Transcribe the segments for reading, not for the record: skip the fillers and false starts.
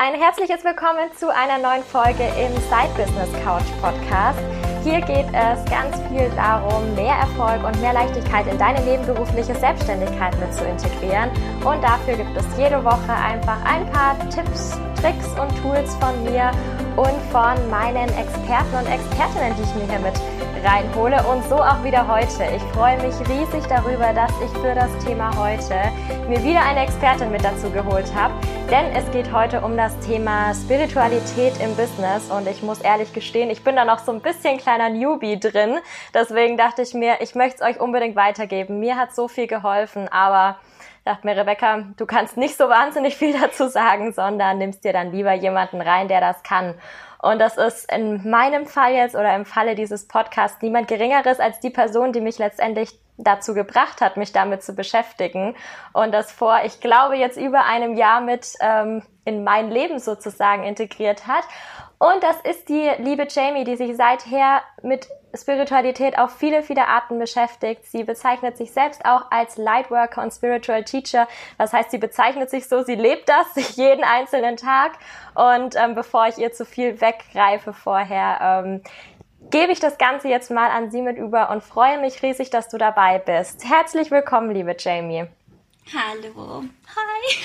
Ein herzliches Willkommen zu einer neuen Folge im Side Business Couch Podcast. Hier geht es ganz viel darum, mehr Erfolg und mehr Leichtigkeit in deine nebenberufliche Selbstständigkeit mit zu integrieren. Und dafür gibt es jede Woche einfach ein paar Tipps, Tricks und Tools von mir und von meinen Experten und Expertinnen, die ich mir hier mit reinhole, und so auch wieder heute. Ich freue mich riesig darüber, dass ich für das Thema heute mir wieder eine Expertin mit dazu geholt habe, denn es geht heute um das Thema Spiritualität im Business und ich muss ehrlich gestehen, ich bin da noch so ein bisschen kleiner Newbie drin, deswegen dachte ich mir, ich möchte es euch unbedingt weitergeben. Mir hat so viel geholfen, aber dachte mir, Rebecca, du kannst nicht so wahnsinnig viel dazu sagen, sondern nimmst dir dann lieber jemanden rein, der das kann. Und das ist in meinem Fall jetzt oder im Falle dieses Podcasts niemand Geringeres als die Person, die mich letztendlich dazu gebracht hat, mich damit zu beschäftigen und das vor, ich glaube, jetzt über einem Jahr mit in mein Leben sozusagen integriert hat. Und das ist die liebe Jamie, die sich seither mit Spiritualität auf viele, viele Arten beschäftigt. Sie bezeichnet sich selbst auch als Lightworker und Spiritual Teacher. Das heißt, sie bezeichnet sich so, sie lebt das jeden einzelnen Tag. Und bevor ich ihr zu viel weggreife vorher, gebe ich das Ganze jetzt mal an sie mit über und freue mich riesig, dass du dabei bist. Herzlich willkommen, liebe Jamie. Hallo. Hi.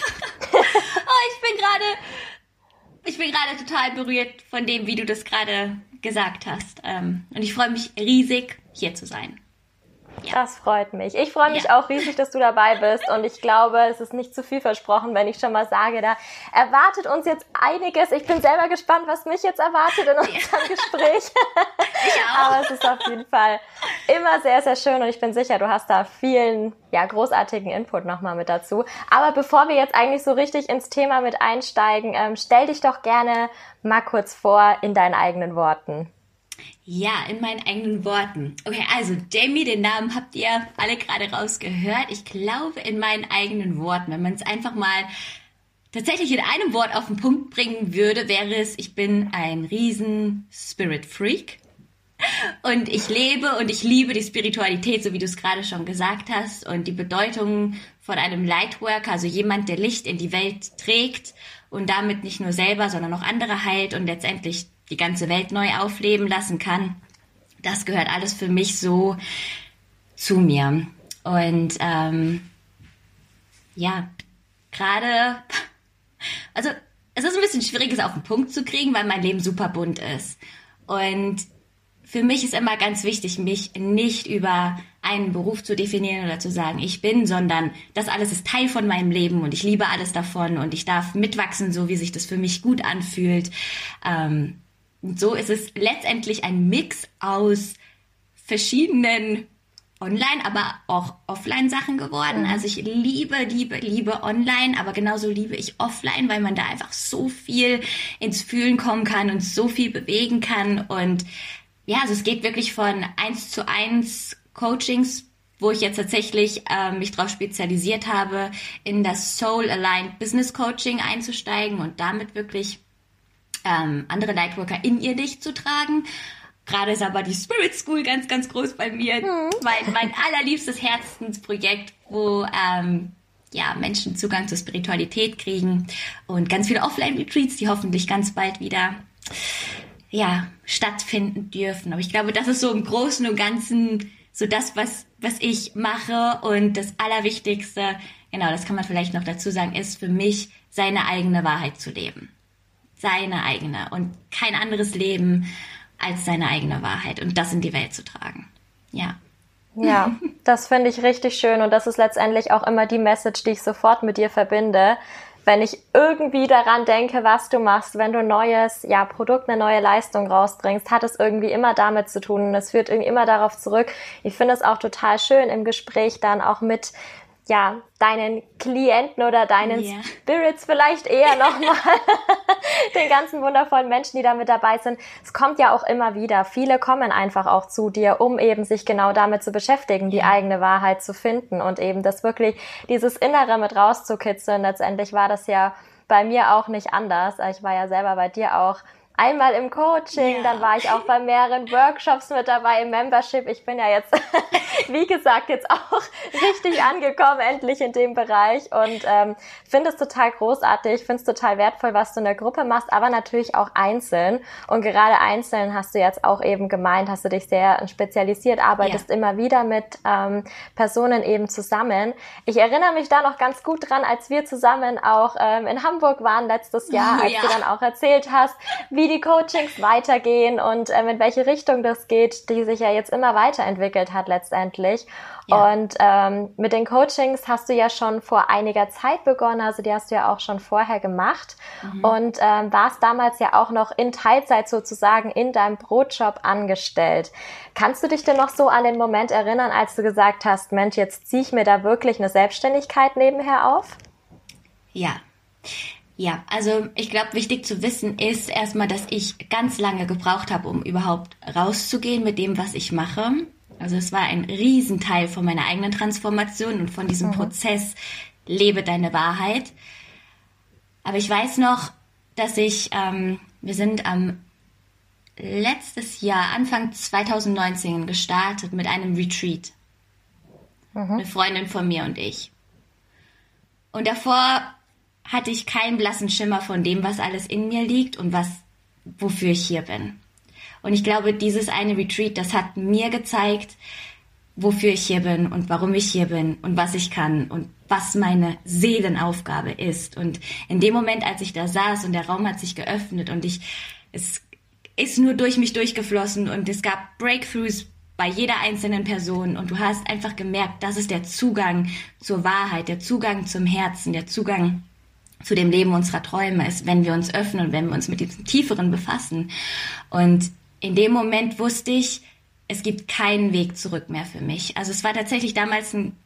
Ich bin gerade total berührt von dem, wie du das gerade gesagt hast. Und ich freue mich riesig, hier zu sein. Ja. Das freut mich. Ich freue mich auch riesig, dass du dabei bist und ich glaube, es ist nicht zu viel versprochen, wenn ich schon mal sage, da erwartet uns jetzt einiges. Ich bin selber gespannt, was mich jetzt erwartet in unserem Gespräch. Ich auch. Aber es ist auf jeden Fall immer sehr, sehr schön und ich bin sicher, du hast da vielen, großartigen Input nochmal mit dazu. Aber bevor wir jetzt eigentlich so richtig ins Thema mit einsteigen, stell dich doch gerne mal kurz vor in deinen eigenen Worten. Ja, in meinen eigenen Worten. Okay, also Jamie, den Namen habt ihr alle gerade rausgehört. Ich glaube, in meinen eigenen Worten, wenn man es einfach mal tatsächlich in einem Wort auf den Punkt bringen würde, wäre es, ich bin ein riesen Spirit-Freak. Und ich lebe und ich liebe die Spiritualität, so wie du es gerade schon gesagt hast. Und die Bedeutung von einem Lightworker, also jemand, der Licht in die Welt trägt und damit nicht nur selber, sondern auch andere heilt und letztendlich die ganze Welt neu aufleben lassen kann. Das gehört alles für mich so zu mir. Und gerade, also es ist ein bisschen schwierig, es auf den Punkt zu kriegen, weil mein Leben super bunt ist. Und für mich ist immer ganz wichtig, mich nicht über einen Beruf zu definieren oder zu sagen, ich bin, sondern das alles ist Teil von meinem Leben und ich liebe alles davon und ich darf mitwachsen, so wie sich das für mich gut anfühlt. Und so ist es letztendlich ein Mix aus verschiedenen Online, aber auch Offline-Sachen geworden. Also ich liebe Online, aber genauso liebe ich Offline, weil man da einfach so viel ins Fühlen kommen kann und so viel bewegen kann. Und ja, also es geht wirklich von 1:1 Coachings, wo ich jetzt tatsächlich mich darauf spezialisiert habe, in das Soul-Aligned Business Coaching einzusteigen und damit wirklich andere Lightworker in ihr Licht zu tragen. Gerade ist aber die Spirit School ganz, ganz groß bei mir. Mein allerliebstes Herzensprojekt, wo Menschen Zugang zur Spiritualität kriegen und ganz viele Offline-Retreats, die hoffentlich ganz bald wieder stattfinden dürfen. Aber ich glaube, das ist so im Großen und Ganzen so das, was ich mache. Und das Allerwichtigste, genau, das kann man vielleicht noch dazu sagen, ist für mich, seine eigene Wahrheit zu leben. Seine eigene und kein anderes Leben als seine eigene Wahrheit und das in die Welt zu tragen. Ja. Ja, das finde ich richtig schön und das ist letztendlich auch immer die Message, die ich sofort mit dir verbinde. Wenn ich irgendwie daran denke, was du machst, wenn du ein neues Produkt, eine neue Leistung rausbringst, hat es irgendwie immer damit zu tun und es führt irgendwie immer darauf zurück. Ich finde es auch total schön im Gespräch dann auch mit deinen Klienten oder deinen Spirits vielleicht eher nochmal, den ganzen wundervollen Menschen, die da mit dabei sind. Es kommt ja auch immer wieder. Viele kommen einfach auch zu dir, um eben sich genau damit zu beschäftigen, die eigene Wahrheit zu finden und eben das wirklich, dieses Innere mit rauszukitzeln. Letztendlich war das ja bei mir auch nicht anders. Ich war ja selber bei dir auch einmal im Coaching, dann war ich auch bei mehreren Workshops mit dabei im Membership. Ich bin ja jetzt, wie gesagt, jetzt auch richtig angekommen, endlich in dem Bereich und finde es total großartig, finde es total wertvoll, was du in der Gruppe machst, aber natürlich auch einzeln. Und gerade einzeln hast du jetzt auch eben gemeint, hast du dich sehr spezialisiert, arbeitest immer wieder mit Personen eben zusammen. Ich erinnere mich da noch ganz gut dran, als wir zusammen auch in Hamburg waren letztes Jahr, als du dann auch erzählt hast, wie die Coachings weitergehen und in welche Richtung das geht, die sich ja jetzt immer weiterentwickelt hat letztendlich. Ja. Und mit den Coachings hast du ja schon vor einiger Zeit begonnen, also die hast du ja auch schon vorher gemacht und warst damals ja auch noch in Teilzeit sozusagen in deinem Brotjob angestellt. Kannst du dich denn noch so an den Moment erinnern, als du gesagt hast, Mensch, jetzt ziehe ich mir da wirklich eine Selbstständigkeit nebenher auf? Ja, also ich glaube, wichtig zu wissen ist erstmal, dass ich ganz lange gebraucht habe, um überhaupt rauszugehen mit dem, was ich mache. Also es war ein Riesenteil von meiner eigenen Transformation und von diesem Prozess, lebe deine Wahrheit. Aber ich weiß noch, dass wir sind letztes Jahr, Anfang 2019 gestartet mit einem Retreat. Eine Freundin von mir und ich. Und davor hatte ich keinen blassen Schimmer von dem, was alles in mir liegt und wofür ich hier bin. Und ich glaube, dieses eine Retreat, das hat mir gezeigt, wofür ich hier bin und warum ich hier bin und was ich kann und was meine Seelenaufgabe ist. Und in dem Moment, als ich da saß und der Raum hat sich geöffnet und es ist nur durch mich durchgeflossen und es gab Breakthroughs bei jeder einzelnen Person und du hast einfach gemerkt, das ist der Zugang zur Wahrheit, der Zugang zum Herzen, der Zugang zu dem Leben unserer Träume ist, wenn wir uns öffnen und wenn wir uns mit diesem Tieferen befassen. Und in dem Moment wusste ich, es gibt keinen Weg zurück mehr für mich. Also es war tatsächlich damals ein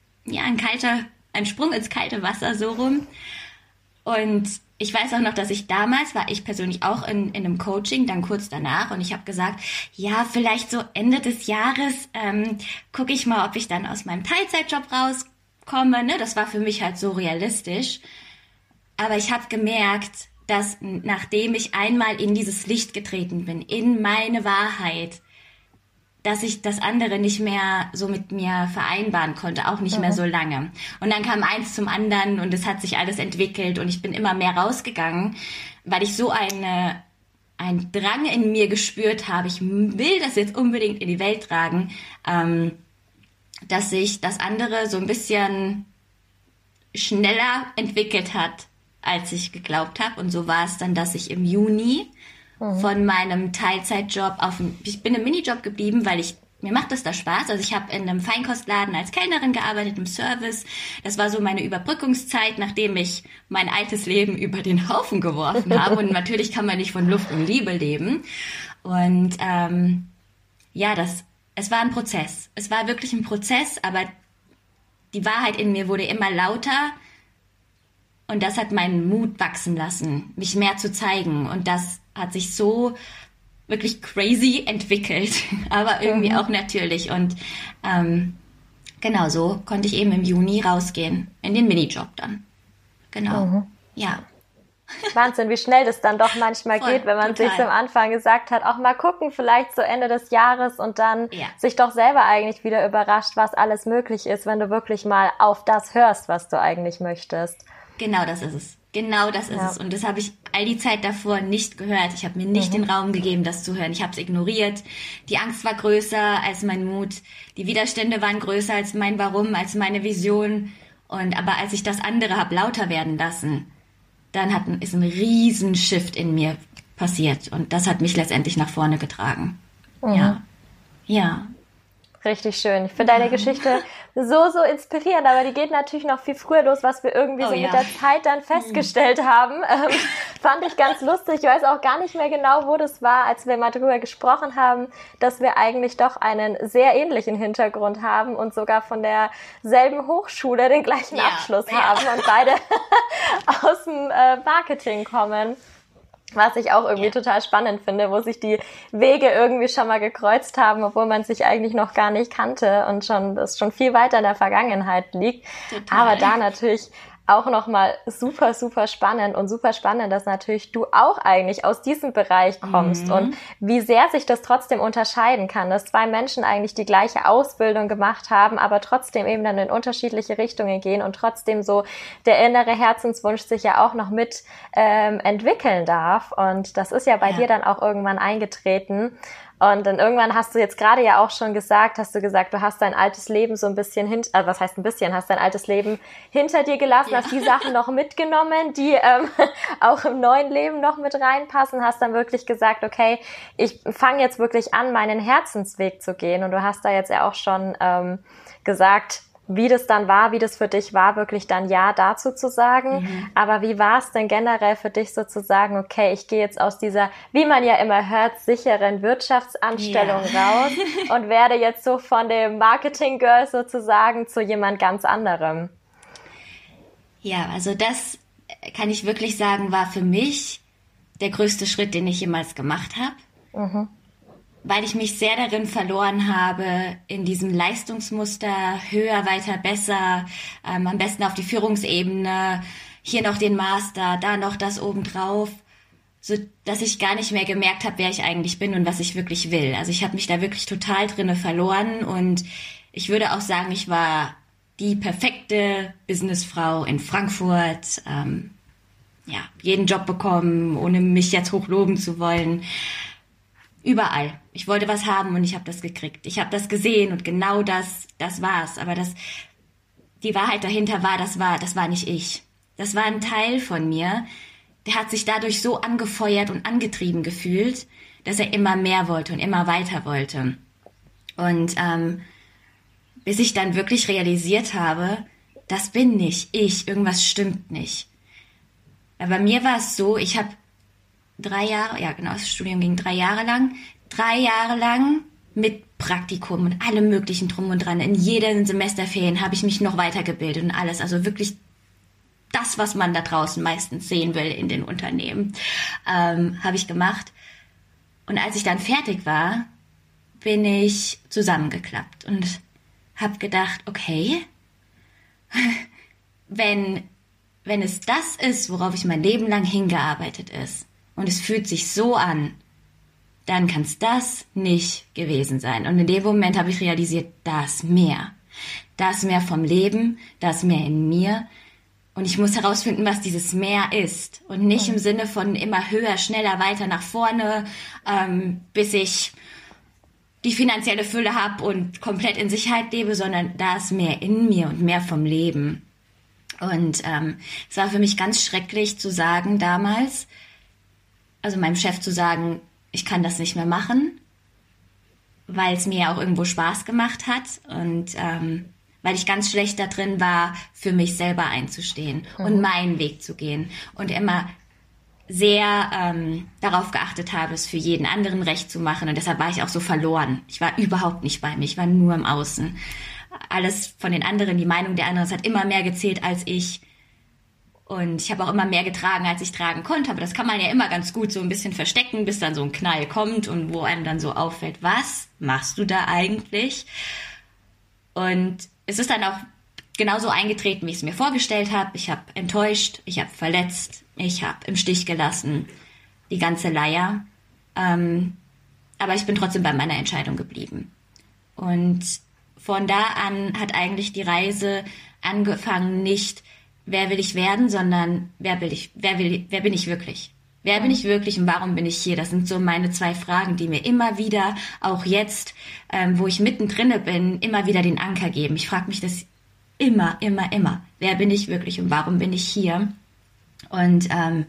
Sprung ins kalte Wasser so rum. Und ich weiß auch noch, dass war ich persönlich auch in einem Coaching, dann kurz danach. Und ich habe gesagt, ja, vielleicht so Ende des Jahres gucke ich mal, ob ich dann aus meinem Teilzeitjob rauskomme. Ne? Das war für mich halt so realistisch. Aber ich habe gemerkt, dass nachdem ich einmal in dieses Licht getreten bin, in meine Wahrheit, dass ich das andere nicht mehr so mit mir vereinbaren konnte, auch nicht mehr so lange. Und dann kam eins zum anderen und es hat sich alles entwickelt und ich bin immer mehr rausgegangen, weil ich so einen Drang in mir gespürt habe, ich will das jetzt unbedingt in die Welt tragen, dass sich das andere so ein bisschen schneller entwickelt hat, als ich geglaubt habe. Und so war es dann, dass ich im Juni von meinem Teilzeitjob ich bin im Minijob geblieben, weil mir macht das da Spaß. Also ich habe in einem Feinkostladen als Kellnerin gearbeitet, im Service. Das war so meine Überbrückungszeit, nachdem ich mein altes Leben über den Haufen geworfen habe. Und natürlich kann man nicht von Luft und Liebe leben. Und es war ein Prozess. Es war wirklich ein Prozess, aber die Wahrheit in mir wurde immer lauter. Und das hat meinen Mut wachsen lassen, mich mehr zu zeigen. Und das hat sich so wirklich crazy entwickelt, aber irgendwie auch natürlich. Und genau so konnte ich eben im Juni rausgehen, in den Minijob dann. Genau, ja. Wahnsinn, wie schnell das dann doch manchmal geht, wenn man sich am Anfang gesagt hat, auch mal gucken, vielleicht zu Ende des Jahres und dann sich doch selber eigentlich wieder überrascht, was alles möglich ist, wenn du wirklich mal auf das hörst, was du eigentlich möchtest. Genau das ist es. Genau das ist es. Und das habe ich all die Zeit davor nicht gehört. Ich habe mir nicht den Raum gegeben, das zu hören. Ich habe es ignoriert. Die Angst war größer als mein Mut. Die Widerstände waren größer als mein Warum, als meine Vision. Aber als ich das andere habe lauter werden lassen, dann ist ein Riesenshift in mir passiert. Und das hat mich letztendlich nach vorne getragen. Ja. Richtig schön. Ich finde deine Geschichte so inspirierend, aber die geht natürlich noch viel früher los, was wir irgendwie mit der Zeit dann festgestellt haben. Fand ich ganz lustig. Ich weiß auch gar nicht mehr genau, wo das war, als wir mal drüber gesprochen haben, dass wir eigentlich doch einen sehr ähnlichen Hintergrund haben und sogar von derselben Hochschule den gleichen Abschluss haben und beide aus dem Marketing kommen. Was ich auch irgendwie total spannend finde, wo sich die Wege irgendwie schon mal gekreuzt haben, obwohl man sich eigentlich noch gar nicht kannte und das schon viel weiter in der Vergangenheit liegt. Total. Aber da natürlich auch nochmal super, super spannend und super spannend, dass natürlich du auch eigentlich aus diesem Bereich kommst und wie sehr sich das trotzdem unterscheiden kann, dass zwei Menschen eigentlich die gleiche Ausbildung gemacht haben, aber trotzdem eben dann in unterschiedliche Richtungen gehen und trotzdem so der innere Herzenswunsch sich ja auch noch mit entwickeln darf. Und das ist ja bei dir dann auch irgendwann eingetreten. Und dann irgendwann hast du jetzt gerade ja auch schon gesagt, du hast dein altes Leben so ein bisschen hast dein altes Leben hinter dir gelassen, hast die Sachen noch mitgenommen, die auch im neuen Leben noch mit reinpassen, hast dann wirklich gesagt, okay, ich fange jetzt wirklich an, meinen Herzensweg zu gehen. Und du hast da jetzt ja auch schon gesagt, wie das dann war, wie das für dich war, wirklich dann Ja dazu zu sagen. Aber wie war es denn generell für dich so zu sagen, okay, ich gehe jetzt aus dieser, wie man ja immer hört, sicheren Wirtschaftsanstellung raus und werde jetzt so von dem Marketing-Girl sozusagen zu jemand ganz anderem? Ja, also das kann ich wirklich sagen, war für mich der größte Schritt, den ich jemals gemacht habe. Weil ich mich sehr darin verloren habe, in diesem Leistungsmuster, höher, weiter, besser, am besten auf die Führungsebene, hier noch den Master, da noch das obendrauf, so dass ich gar nicht mehr gemerkt habe, wer ich eigentlich bin und was ich wirklich will. Also ich habe mich da wirklich total drinne verloren und ich würde auch sagen, ich war die perfekte Businessfrau in Frankfurt, jeden Job bekommen, ohne mich jetzt hochloben zu wollen. Überall. Ich wollte was haben und ich habe das gekriegt. Ich habe das gesehen und genau das war's. Aber die Wahrheit dahinter war, das war nicht ich. Das war ein Teil von mir, der hat sich dadurch so angefeuert und angetrieben gefühlt, dass er immer mehr wollte und immer weiter wollte. Und bis ich dann wirklich realisiert habe, das bin nicht ich, irgendwas stimmt nicht. Aber bei mir war es so, ich habe 3 Jahre, das Studium ging 3 Jahre lang. 3 Jahre lang mit Praktikum und allem möglichen drum und dran. In jeden Semesterferien habe ich mich noch weitergebildet und alles. Also wirklich das, was man da draußen meistens sehen will in den Unternehmen, habe ich gemacht. Und als ich dann fertig war, bin ich zusammengeklappt und habe gedacht, okay, wenn es das ist, worauf ich mein Leben lang hingearbeitet ist, und es fühlt sich so an, dann kann es das nicht gewesen sein. Und in dem Moment habe ich realisiert, das mehr vom Leben, das mehr in mir. Und ich muss herausfinden, was dieses Mehr ist. Und nicht im Sinne von immer höher, schneller, weiter nach vorne, bis ich die finanzielle Fülle habe und komplett in Sicherheit lebe, sondern das mehr in mir und mehr vom Leben. Und es war für mich ganz schrecklich zu sagen damals, also meinem Chef zu sagen, ich kann das nicht mehr machen, weil es mir ja auch irgendwo Spaß gemacht hat und weil ich ganz schlecht da drin war, für mich selber einzustehen und meinen Weg zu gehen und immer sehr darauf geachtet habe, es für jeden anderen recht zu machen und deshalb war ich auch so verloren. Ich war überhaupt nicht bei mir, ich war nur im Außen. Alles von den anderen, die Meinung der anderen, es hat immer mehr gezählt als ich. Und ich habe auch immer mehr getragen, als ich tragen konnte. Aber das kann man ja immer ganz gut so ein bisschen verstecken, bis dann so ein Knall kommt und wo einem dann so auffällt, was machst du da eigentlich? Und es ist dann auch genauso eingetreten, wie ich es mir vorgestellt habe. Ich habe enttäuscht, ich habe verletzt, ich habe im Stich gelassen, die ganze Leier. Aber ich bin trotzdem bei meiner Entscheidung geblieben. Und von da an hat eigentlich die Reise angefangen, nicht wer will ich werden, sondern wer bin ich wirklich? Wer bin ich wirklich und warum bin ich hier? Das sind so meine 2 Fragen, die mir immer wieder, auch jetzt, wo ich mittendrin bin, immer wieder den Anker geben. Ich frage mich das immer. Wer bin ich wirklich und warum bin ich hier? Und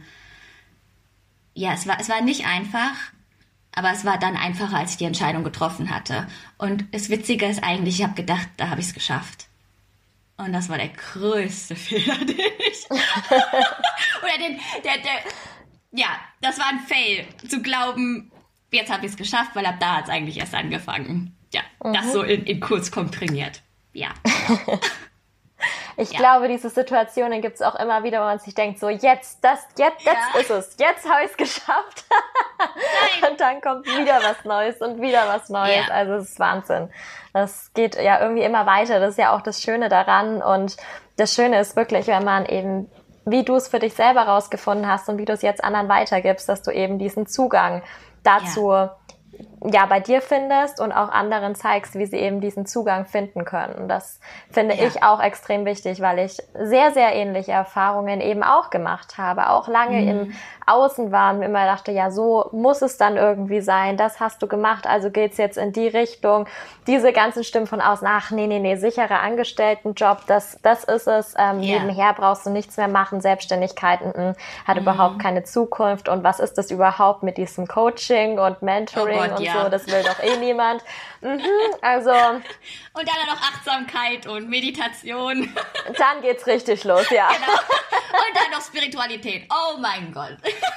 es war nicht einfach, aber es war dann einfacher, als ich die Entscheidung getroffen hatte. Und das Witzige ist eigentlich, ich habe gedacht, da habe ich es geschafft. Und das war der größte Fehler, den ich... das war ein Fail, zu glauben, jetzt habe ich es geschafft, weil ab da hat es eigentlich erst angefangen. Ja, das so in kurz komprimiert. Ja. Ich glaube, diese Situationen gibt es auch immer wieder, wo man sich denkt, so jetzt ist es, jetzt habe ich es geschafft. Und dann kommt wieder was Neues und wieder was Neues. Also es ist Wahnsinn. Das geht ja irgendwie immer weiter. Das ist ja auch das Schöne daran und das Schöne ist wirklich, wenn man eben, wie du es für dich selber rausgefunden hast und wie du es jetzt anderen weitergibst, dass du eben diesen Zugang dazu bei dir findest und auch anderen zeigst, wie sie eben diesen Zugang finden können. Und das finde ich auch extrem wichtig, weil ich sehr, sehr ähnliche Erfahrungen eben auch gemacht habe, auch lange im Außen war und mir immer dachte, ja, so muss es dann irgendwie sein, das hast du gemacht, also geht's jetzt in die Richtung. Diese ganzen Stimmen von außen, ach nee, sicherer Angestelltenjob, das ist es, nebenher brauchst du nichts mehr machen, Selbstständigkeit hat überhaupt keine Zukunft und was ist das überhaupt mit diesem Coaching und Mentoring so, das will doch eh niemand. Also. Und dann noch Achtsamkeit und Meditation. Dann geht's richtig los, ja. Genau. Und dann noch Spiritualität. Oh mein Gott.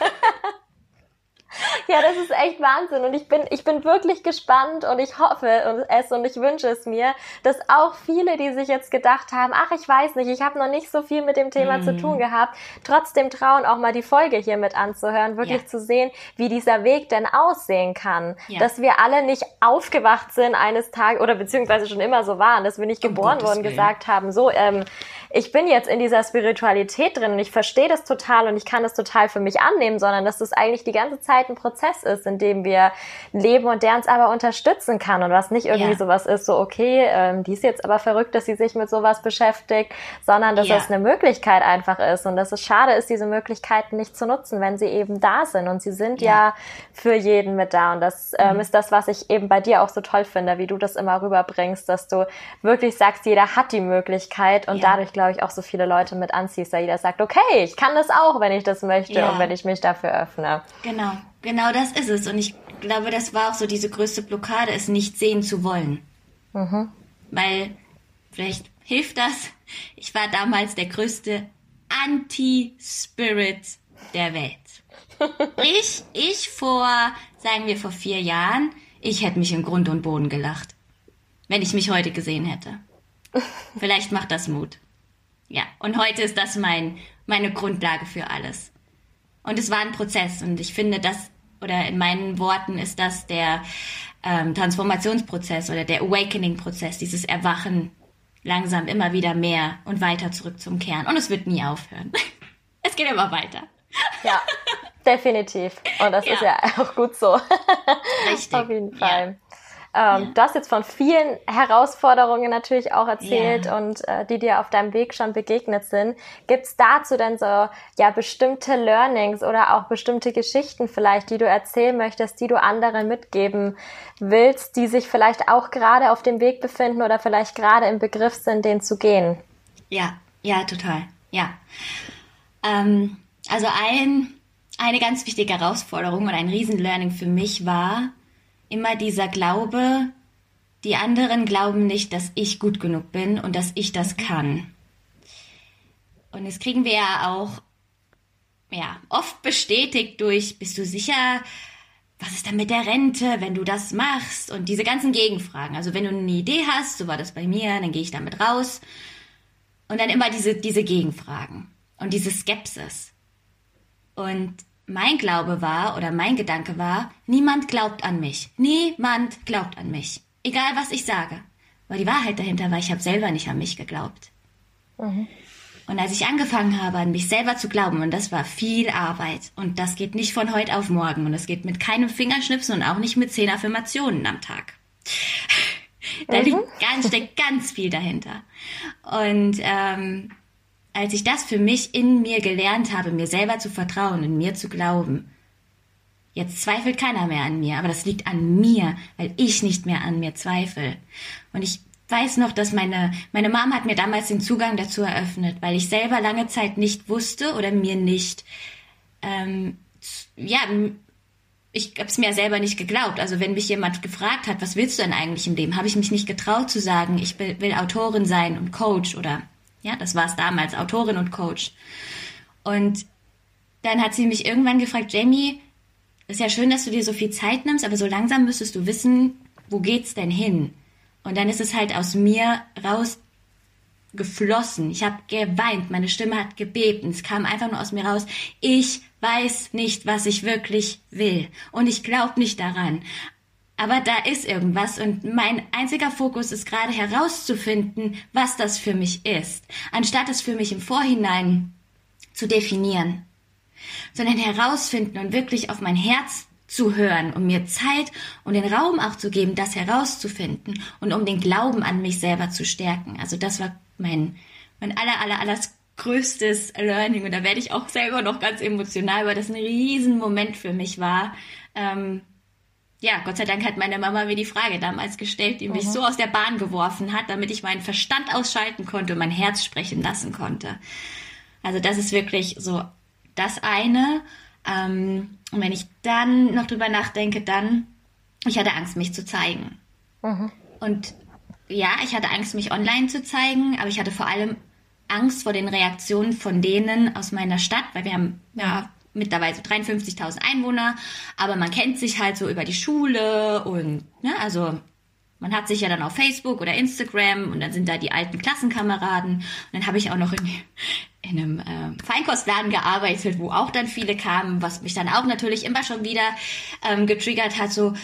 Ja, das ist echt Wahnsinn und ich bin wirklich gespannt und ich hoffe und ich wünsche es mir, dass auch viele, die sich jetzt gedacht haben, ach, ich weiß nicht, ich habe noch nicht so viel mit dem Thema zu tun gehabt, trotzdem trauen, auch mal die Folge hier mit anzuhören, wirklich zu sehen, wie dieser Weg denn aussehen kann, dass wir alle nicht aufgewacht sind eines Tages oder beziehungsweise schon immer so waren, dass wir nicht geboren wurden, gesagt haben, so, ich bin jetzt in dieser Spiritualität drin und ich verstehe das total und ich kann das total für mich annehmen, sondern dass das eigentlich die ganze Zeit ein Prozess ist, in dem wir leben und der uns aber unterstützen kann und was nicht irgendwie sowas ist, so okay, die ist jetzt aber verrückt, dass sie sich mit sowas beschäftigt, sondern dass das eine Möglichkeit einfach ist und dass es schade ist, diese Möglichkeiten nicht zu nutzen, wenn sie eben da sind und sie sind ja für jeden mit da und das ist das, was ich eben bei dir auch so toll finde, wie du das immer rüberbringst, dass du wirklich sagst, jeder hat die Möglichkeit und dadurch, glaube ich, auch so viele Leute mit anziehst, da jeder sagt, okay, ich kann das auch, wenn ich das möchte und wenn ich mich dafür öffne. Genau das ist es. Und ich glaube, das war auch so diese größte Blockade, es nicht sehen zu wollen. Weil, vielleicht hilft das, ich war damals der größte Anti-Spirit der Welt. Ich vor 4 Jahren, ich hätte mich in Grund und Boden gelacht, wenn ich mich heute gesehen hätte. Vielleicht macht das Mut. Ja, und heute ist das meine Grundlage für alles. Und es war ein Prozess und ich finde, oder in meinen Worten ist das der Transformationsprozess oder der Awakening-Prozess, dieses Erwachen langsam immer wieder mehr und weiter zurück zum Kern. Und es wird nie aufhören. Es geht immer weiter. Ja, definitiv. Und das ist ja auch gut so. Richtig. Auf jeden Fall. Du hast jetzt von vielen Herausforderungen natürlich auch erzählt und die dir auf deinem Weg schon begegnet sind. Gibt's dazu denn so bestimmte Learnings oder auch bestimmte Geschichten vielleicht, die du erzählen möchtest, die du anderen mitgeben willst, die sich vielleicht auch gerade auf dem Weg befinden oder vielleicht gerade im Begriff sind, den zu gehen? Ja, total. Ja. Also eine ganz wichtige Herausforderung und ein Riesen-Learning für mich war immer dieser Glaube, die anderen glauben nicht, dass ich gut genug bin und dass ich das kann. Und das kriegen wir ja auch oft bestätigt durch, bist du sicher, was ist dann mit der Rente, wenn du das machst? Und diese ganzen Gegenfragen. Also wenn du eine Idee hast, so war das bei mir, dann gehe ich damit raus. Und dann immer diese Gegenfragen und diese Skepsis. Und mein Glaube war, oder mein Gedanke war, niemand glaubt an mich. Niemand glaubt an mich. Egal, was ich sage. Aber die Wahrheit dahinter war, ich habe selber nicht an mich geglaubt. Und als ich angefangen habe, an mich selber zu glauben, und das war viel Arbeit, und das geht nicht von heute auf morgen, und das geht mit keinem Fingerschnipsen und auch nicht mit 10 Affirmationen am Tag. Da steckt ganz viel dahinter. Und als ich das für mich in mir gelernt habe, mir selber zu vertrauen, in mir zu glauben, jetzt zweifelt keiner mehr an mir, aber das liegt an mir, weil ich nicht mehr an mir zweifle. Und ich weiß noch, dass meine Mom hat mir damals den Zugang dazu eröffnet, weil ich selber lange Zeit nicht wusste oder mir nicht, ich habe es mir selber nicht geglaubt. Also wenn mich jemand gefragt hat, was willst du denn eigentlich im Leben, habe ich mich nicht getraut zu sagen, ich will Autorin sein und Coach oder das war es damals, Autorin und Coach. Und dann hat sie mich irgendwann gefragt, Jamie, ist ja schön, dass du dir so viel Zeit nimmst, aber so langsam müsstest du wissen, wo geht's denn hin? Und dann ist es halt aus mir rausgeflossen. Ich habe geweint, meine Stimme hat gebebt und es kam einfach nur aus mir raus. Ich weiß nicht, was ich wirklich will und ich glaube nicht daran. Aber da ist irgendwas und mein einziger Fokus ist gerade herauszufinden, was das für mich ist, anstatt es für mich im Vorhinein zu definieren, sondern herausfinden und wirklich auf mein Herz zu hören, um mir Zeit und den Raum auch zu geben, das herauszufinden und um den Glauben an mich selber zu stärken. Also das war mein größtes Learning und da werde ich auch selber noch ganz emotional, weil das ein Riesenmoment für mich war. Gott sei Dank hat meine Mama mir die Frage damals gestellt, die mich so aus der Bahn geworfen hat, damit ich meinen Verstand ausschalten konnte und mein Herz sprechen lassen konnte. Also das ist wirklich so das eine. Und wenn ich dann noch drüber nachdenke, ich hatte Angst, mich zu zeigen. Und ja, ich hatte Angst, mich online zu zeigen, aber ich hatte vor allem Angst vor den Reaktionen von denen aus meiner Stadt, weil wir haben mittlerweile so 53.000 Einwohner, aber man kennt sich halt so über die Schule und also man hat sich ja dann auf Facebook oder Instagram und dann sind da die alten Klassenkameraden und dann habe ich auch noch in einem Feinkostladen gearbeitet, wo auch dann viele kamen, was mich dann auch natürlich immer schon wieder getriggert hat, so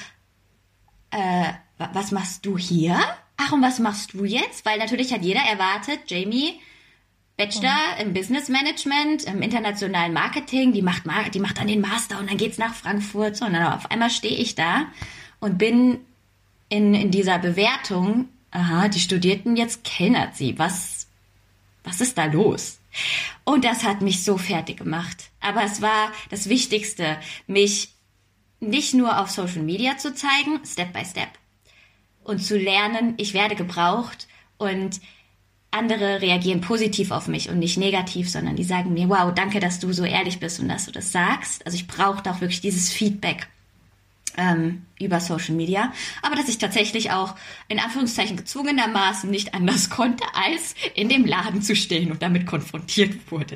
was machst du hier? Ach, und was machst du jetzt? Weil natürlich hat jeder erwartet, Jamie, Bachelor im Business Management, im internationalen Marketing, die macht dann den Master und dann geht's nach Frankfurt. So, und dann auf einmal stehe ich da und bin in dieser Bewertung, die Studierten, jetzt kellnert sie. Was ist da los? Und das hat mich so fertig gemacht. Aber es war das Wichtigste, mich nicht nur auf Social Media zu zeigen, Step by Step, und zu lernen, ich werde gebraucht und andere reagieren positiv auf mich und nicht negativ, sondern die sagen mir, wow, danke, dass du so ehrlich bist und dass du das sagst. Also ich brauchte auch wirklich dieses Feedback über Social Media. Aber dass ich tatsächlich auch in Anführungszeichen gezwungenermaßen nicht anders konnte, als in dem Laden zu stehen und damit konfrontiert wurde.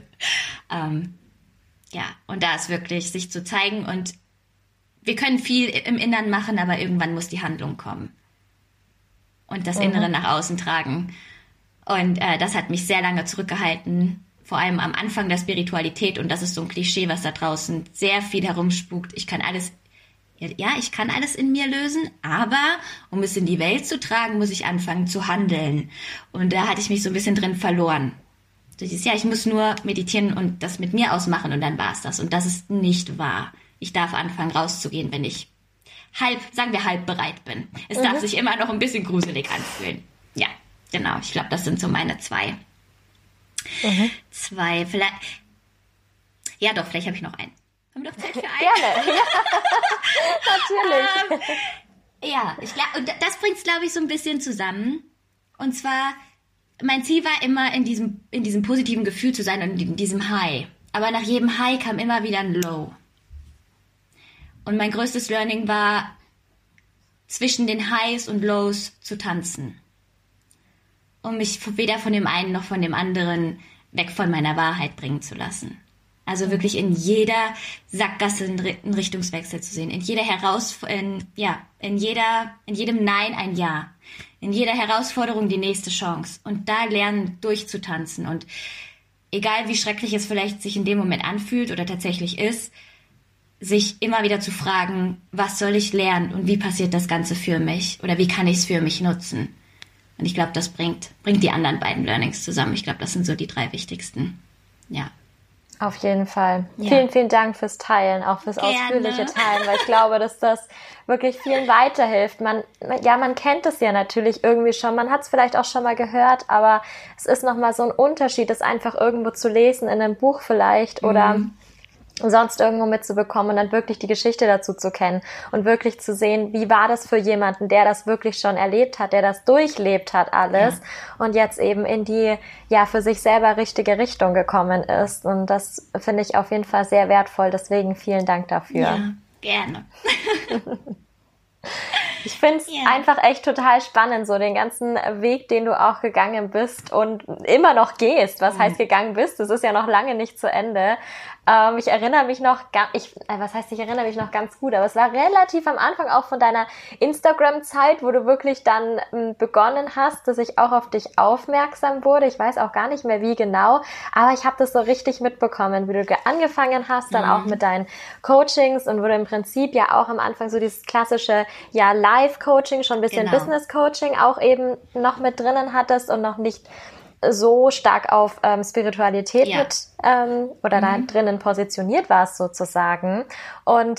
Und da ist wirklich sich zu zeigen und wir können viel im Inneren machen, aber irgendwann muss die Handlung kommen. Und das Innere nach außen tragen. Und das hat mich sehr lange zurückgehalten, vor allem am Anfang der Spiritualität. Und das ist so ein Klischee, was da draußen sehr viel herumspukt. Ich kann alles in mir lösen, aber um es in die Welt zu tragen, muss ich anfangen zu handeln. Und da hatte ich mich so ein bisschen drin verloren. Ich muss nur meditieren und das mit mir ausmachen und dann war es das. Und das ist nicht wahr. Ich darf anfangen rauszugehen, wenn ich halb bereit bin. Es darf sich immer noch ein bisschen gruselig anfühlen. Ja. Genau, ich glaube, das sind so meine zwei. Vielleicht. Ja, doch, vielleicht habe ich noch einen. Haben wir doch Zeit für einen? Gerne, ja. Natürlich. Ich glaube, und das bringt es, glaube ich, so ein bisschen zusammen. Und zwar, mein Ziel war immer, in diesem positiven Gefühl zu sein und in diesem High. Aber nach jedem High kam immer wieder ein Low. Und mein größtes Learning war, zwischen den Highs und Lows zu tanzen. Um mich weder von dem einen noch von dem anderen weg von meiner Wahrheit bringen zu lassen. Also wirklich in jeder Sackgasse einen Richtungswechsel zu sehen. In jeder in jedem Nein ein Ja. In jeder Herausforderung die nächste Chance. Und da lernen durchzutanzen. Und egal wie schrecklich es vielleicht sich in dem Moment anfühlt oder tatsächlich ist, sich immer wieder zu fragen, was soll ich lernen und wie passiert das Ganze für mich? Oder wie kann ich es für mich nutzen? Und ich glaube, das bringt die anderen beiden Learnings zusammen. Ich glaube, das sind so die 3 wichtigsten. Ja. Auf jeden Fall. Ja. Vielen, vielen Dank fürs Teilen, auch fürs ausführliche Teilen, weil ich glaube, dass das wirklich vielen weiterhilft. Man kennt es ja natürlich irgendwie schon, man hat es vielleicht auch schon mal gehört, aber es ist nochmal so ein Unterschied, das einfach irgendwo zu lesen, in einem Buch vielleicht oder sonst irgendwo mitzubekommen und dann wirklich die Geschichte dazu zu kennen und wirklich zu sehen, wie war das für jemanden, der das wirklich schon erlebt hat, der das durchlebt hat alles und jetzt eben in die, für sich selber richtige Richtung gekommen ist. Und das finde ich auf jeden Fall sehr wertvoll. Deswegen vielen Dank dafür. Ja, gerne. Ich finde es einfach echt total spannend, so den ganzen Weg, den du auch gegangen bist und immer noch gehst. Was heißt gegangen bist? Das ist ja noch lange nicht zu Ende. Ich erinnere mich noch, ich erinnere mich noch ganz gut, aber es war relativ am Anfang auch von deiner Instagram-Zeit, wo du wirklich dann begonnen hast, dass ich auch auf dich aufmerksam wurde. Ich weiß auch gar nicht mehr wie genau, aber ich habe das so richtig mitbekommen, wie du angefangen hast, dann auch mit deinen Coachings und wo du im Prinzip ja auch am Anfang so dieses klassische, ja, Live-Coaching, schon ein bisschen Business-Coaching auch eben noch mit drinnen hattest und noch nicht so stark auf Spiritualität da drinnen positioniert warst sozusagen. Und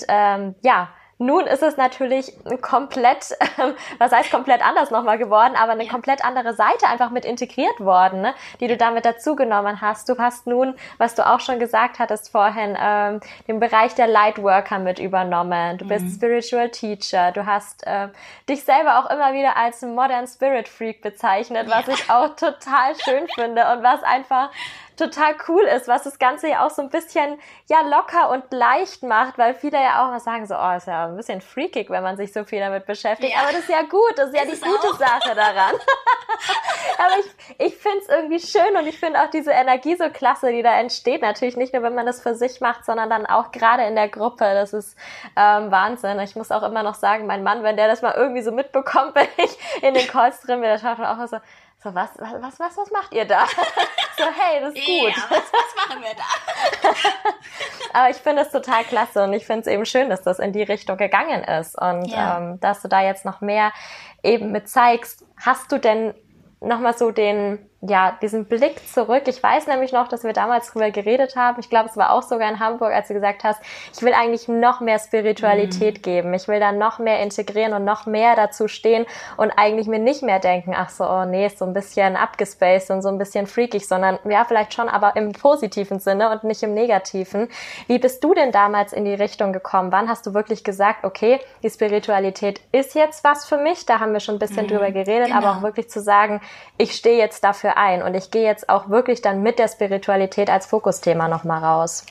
nun ist es natürlich komplett, was heißt komplett anders nochmal geworden, aber eine komplett andere Seite einfach mit integriert worden, ne, die du damit dazugenommen hast. Du hast nun, was du auch schon gesagt hattest vorhin, den Bereich der Lightworker mit übernommen. Du bist Spiritual Teacher. Du hast dich selber auch immer wieder als Modern Spirit Freak bezeichnet, was ich auch total schön finde und was einfach total cool ist, was das Ganze ja auch so ein bisschen locker und leicht macht, weil viele ja auch mal sagen so, ist ja ein bisschen freakig, wenn man sich so viel damit beschäftigt, aber das ist ja gut, das ist ja die gute Sache daran. Aber ich finde es irgendwie schön und ich finde auch diese Energie so klasse, die da entsteht, natürlich nicht nur, wenn man das für sich macht, sondern dann auch gerade in der Gruppe, das ist Wahnsinn. Ich muss auch immer noch sagen, mein Mann, wenn der das mal irgendwie so mitbekommt, wenn ich in den Calls drin bin, der schaut dann auch so, was macht ihr da? So, hey, das ist gut. Ja, was machen wir da? Aber ich finde es total klasse und ich finde es eben schön, dass das in die Richtung gegangen ist und dass du da jetzt noch mehr eben mit zeigst. Hast du denn nochmal so diesen Blick zurück? Ich weiß nämlich noch, dass wir damals drüber geredet haben. Ich glaube, es war auch sogar in Hamburg, als du gesagt hast, ich will eigentlich noch mehr Spiritualität geben. Ich will da noch mehr integrieren und noch mehr dazu stehen und eigentlich mir nicht mehr denken, ist so ein bisschen abgespaced und so ein bisschen freakig, sondern vielleicht schon, aber im positiven Sinne und nicht im negativen. Wie bist du denn damals in die Richtung gekommen? Wann hast du wirklich gesagt, okay, die Spiritualität ist jetzt was für mich? Da haben wir schon ein bisschen drüber geredet, aber auch wirklich zu sagen, ich stehe jetzt dafür ein und ich gehe jetzt auch wirklich dann mit der Spiritualität als Fokusthema nochmal raus.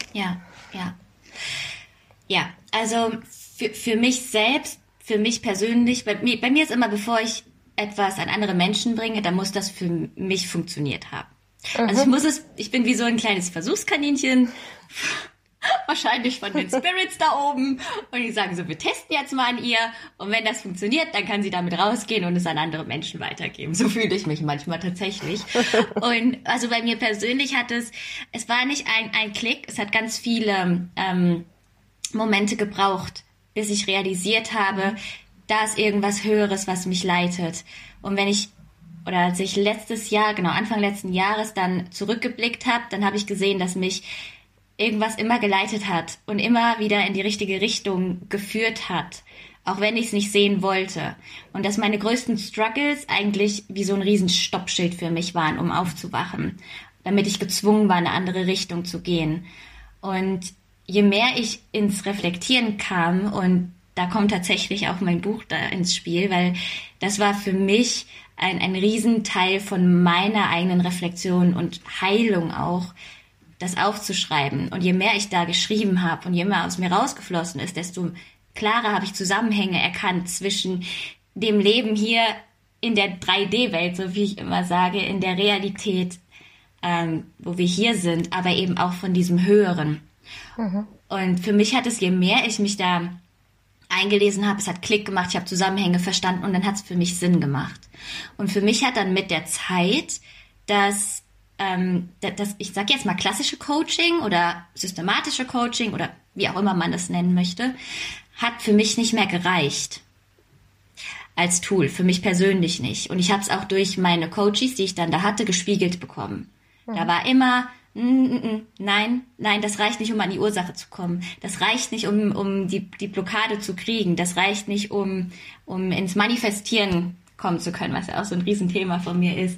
Ja, also für mich selbst, für mich persönlich, bei mir ist immer, bevor ich etwas an andere Menschen bringe, dann muss das für mich funktioniert haben. Also ich bin wie so ein kleines Versuchskaninchen, wahrscheinlich von den Spirits da oben, und die sagen so, wir testen jetzt mal an ihr und wenn das funktioniert, dann kann sie damit rausgehen und es an andere Menschen weitergeben. So fühle ich mich manchmal tatsächlich. Und also bei mir persönlich es war nicht ein Klick, es hat ganz viele Momente gebraucht, bis ich realisiert habe, da ist irgendwas Höheres, was mich leitet. Und als ich Anfang letzten Jahres dann zurückgeblickt habe, dann habe ich gesehen, dass mich irgendwas immer geleitet hat und immer wieder in die richtige Richtung geführt hat, auch wenn ich es nicht sehen wollte. Und dass meine größten Struggles eigentlich wie so ein riesen Stoppschild für mich waren, um aufzuwachen, damit ich gezwungen war, in eine andere Richtung zu gehen. Und je mehr ich ins Reflektieren kam, und da kommt tatsächlich auch mein Buch da ins Spiel, weil das war für mich ein Riesenteil von meiner eigenen Reflexion und Heilung auch, das aufzuschreiben. Und je mehr ich da geschrieben habe und je mehr aus mir rausgeflossen ist, desto klarer habe ich Zusammenhänge erkannt zwischen dem Leben hier in der 3D-Welt, so wie ich immer sage, in der Realität, wo wir hier sind, aber eben auch von diesem Höheren. Und für mich hat es, je mehr ich mich da eingelesen habe, es hat Klick gemacht, ich habe Zusammenhänge verstanden und dann hat es für mich Sinn gemacht. Und für mich hat dann mit der Zeit das ich sage jetzt mal klassische Coaching oder systematische Coaching oder wie auch immer man das nennen möchte, hat für mich nicht mehr gereicht als Tool, für mich persönlich nicht. Und ich habe es auch durch meine Coaches, die ich dann da hatte, gespiegelt bekommen. Da war immer, nein, das reicht nicht, um an die Ursache zu kommen. Das reicht nicht, um die Blockade zu kriegen. Das reicht nicht, um ins Manifestieren kommen zu können, was ja auch so ein Riesenthema von mir ist.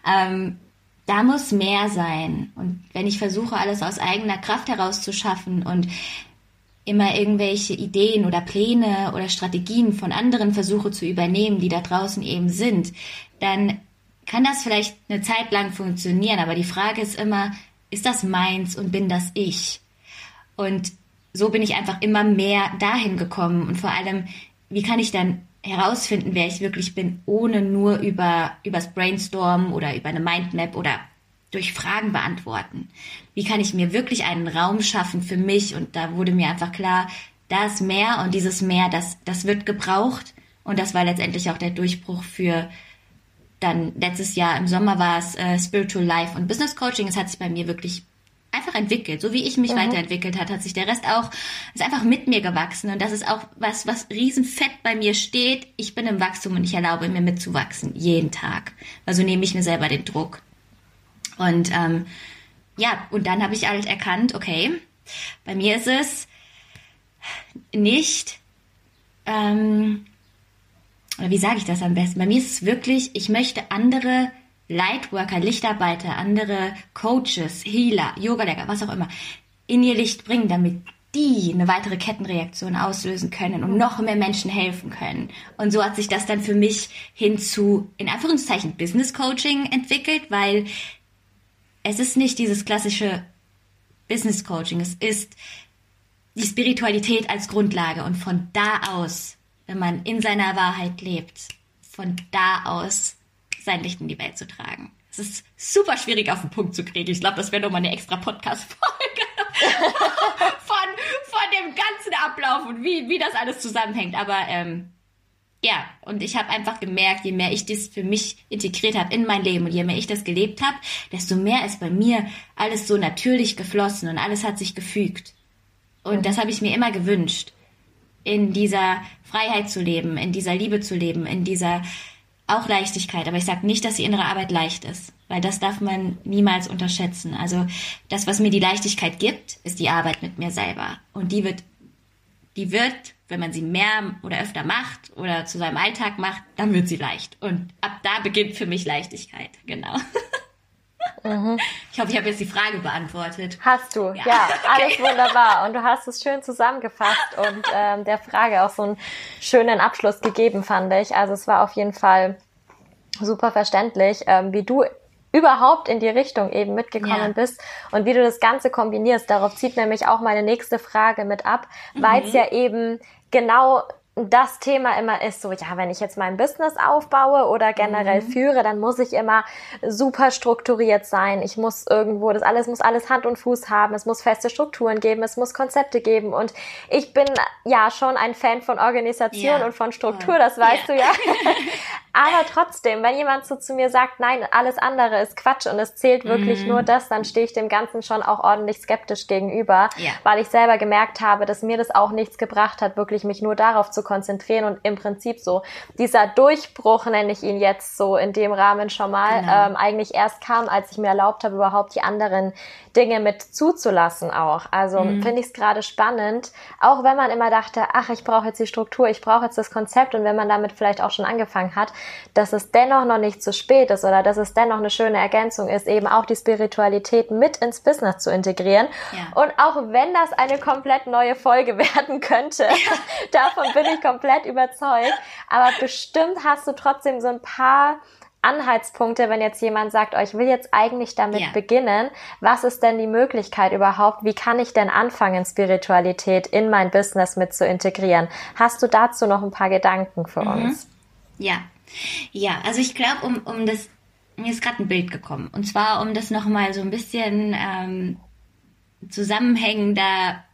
Da muss mehr sein. Und wenn ich versuche, alles aus eigener Kraft herauszuschaffen und immer irgendwelche Ideen oder Pläne oder Strategien von anderen versuche zu übernehmen, die da draußen eben sind, dann kann das vielleicht eine Zeit lang funktionieren. Aber die Frage ist immer, ist das meins und bin das ich? Und so bin ich einfach immer mehr dahin gekommen. Und vor allem, wie kann ich dann herausfinden, wer ich wirklich bin, ohne nur übers Brainstorm oder über eine Mindmap oder durch Fragen beantworten. Wie kann ich mir wirklich einen Raum schaffen für mich? Und da wurde mir einfach klar, das Mehr und dieses Mehr, das wird gebraucht. Und das war letztendlich auch der Durchbruch für dann letztes Jahr im Sommer war es Spiritual Life und Business Coaching. Es hat sich bei mir wirklich einfach entwickelt. So wie ich mich weiterentwickelt hat sich der Rest auch, ist einfach mit mir gewachsen. Und das ist auch was riesenfett bei mir steht. Ich bin im Wachstum und ich erlaube mir mitzuwachsen. Jeden Tag. Also nehme ich mir selber den Druck. Und und dann habe ich halt erkannt, okay, bei mir ist es nicht, oder wie sage ich das am besten? Bei mir ist es wirklich, ich möchte andere Lightworker, Lichtarbeiter, andere Coaches, Healer, Yogalehrer, was auch immer, in ihr Licht bringen, damit die eine weitere Kettenreaktion auslösen können und noch mehr Menschen helfen können. Und so hat sich das dann für mich hin zu, in Anführungszeichen, Business Coaching entwickelt, weil es ist nicht dieses klassische Business Coaching, es ist die Spiritualität als Grundlage und von da aus, wenn man in seiner Wahrheit lebt, von da aus sein Licht in die Welt zu tragen. Es ist super schwierig auf den Punkt zu kriegen. Ich glaube, das wäre nochmal eine extra Podcast-Folge von dem ganzen Ablauf und wie das alles zusammenhängt. Aber und ich habe einfach gemerkt, je mehr ich das für mich integriert habe in mein Leben und je mehr ich das gelebt habe, desto mehr ist bei mir alles so natürlich geflossen und alles hat sich gefügt. Und das habe ich mir immer gewünscht, in dieser Freiheit zu leben, in dieser Liebe zu leben, in dieser auch Leichtigkeit. Aber ich sage nicht, dass die innere Arbeit leicht ist, weil das darf man niemals unterschätzen. Also das, was mir die Leichtigkeit gibt, ist die Arbeit mit mir selber. Und die wird, wenn man sie mehr oder öfter macht oder zu seinem Alltag macht, dann wird sie leicht. Und ab da beginnt für mich Leichtigkeit. Genau. Ich hoffe, ich habe jetzt die Frage beantwortet. Hast du, ja, alles wunderbar. Und du hast es schön zusammengefasst und der Frage auch so einen schönen Abschluss gegeben, fand ich. Also es war auf jeden Fall super verständlich, wie du überhaupt in die Richtung eben mitgekommen bist und wie du das Ganze kombinierst. Darauf zieht nämlich auch meine nächste Frage mit ab, weil es ja eben genau das Thema immer ist so, ja, wenn ich jetzt mein Business aufbaue oder generell führe, dann muss ich immer super strukturiert sein. Ich muss irgendwo, muss alles Hand und Fuß haben. Es muss feste Strukturen geben. Es muss Konzepte geben. Und ich bin ja schon ein Fan von Organisation und von Struktur. Das weißt du ja. Aber trotzdem, wenn jemand so zu mir sagt, nein, alles andere ist Quatsch und es zählt wirklich nur das, dann stehe ich dem Ganzen schon auch ordentlich skeptisch gegenüber, weil ich selber gemerkt habe, dass mir das auch nichts gebracht hat, wirklich mich nur darauf zu konzentrieren und im Prinzip so dieser Durchbruch, nenne ich ihn jetzt so in dem Rahmen schon mal, eigentlich erst kam, als ich mir erlaubt habe, überhaupt die anderen Dinge mit zuzulassen auch. Also finde ich es gerade spannend, auch wenn man immer dachte, ach, ich brauche jetzt die Struktur, ich brauche jetzt das Konzept und wenn man damit vielleicht auch schon angefangen hat, dass es dennoch noch nicht zu spät ist oder dass es dennoch eine schöne Ergänzung ist, eben auch die Spiritualität mit ins Business zu integrieren. Ja. Und auch wenn das eine komplett neue Folge werden könnte, davon bin ich komplett überzeugt, aber bestimmt hast du trotzdem so ein paar Anhaltspunkte, wenn jetzt jemand sagt, oh, ich will jetzt eigentlich damit beginnen, was ist denn die Möglichkeit überhaupt, wie kann ich denn anfangen, Spiritualität in mein Business mit zu integrieren? Hast du dazu noch ein paar Gedanken für uns? Ja, also ich glaube, um das, mir ist gerade ein Bild gekommen, und zwar um das nochmal so ein bisschen zusammenhängender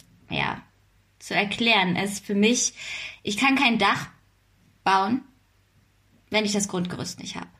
zu erklären, ist für mich, ich kann kein Dach bauen, wenn ich das Grundgerüst nicht habe.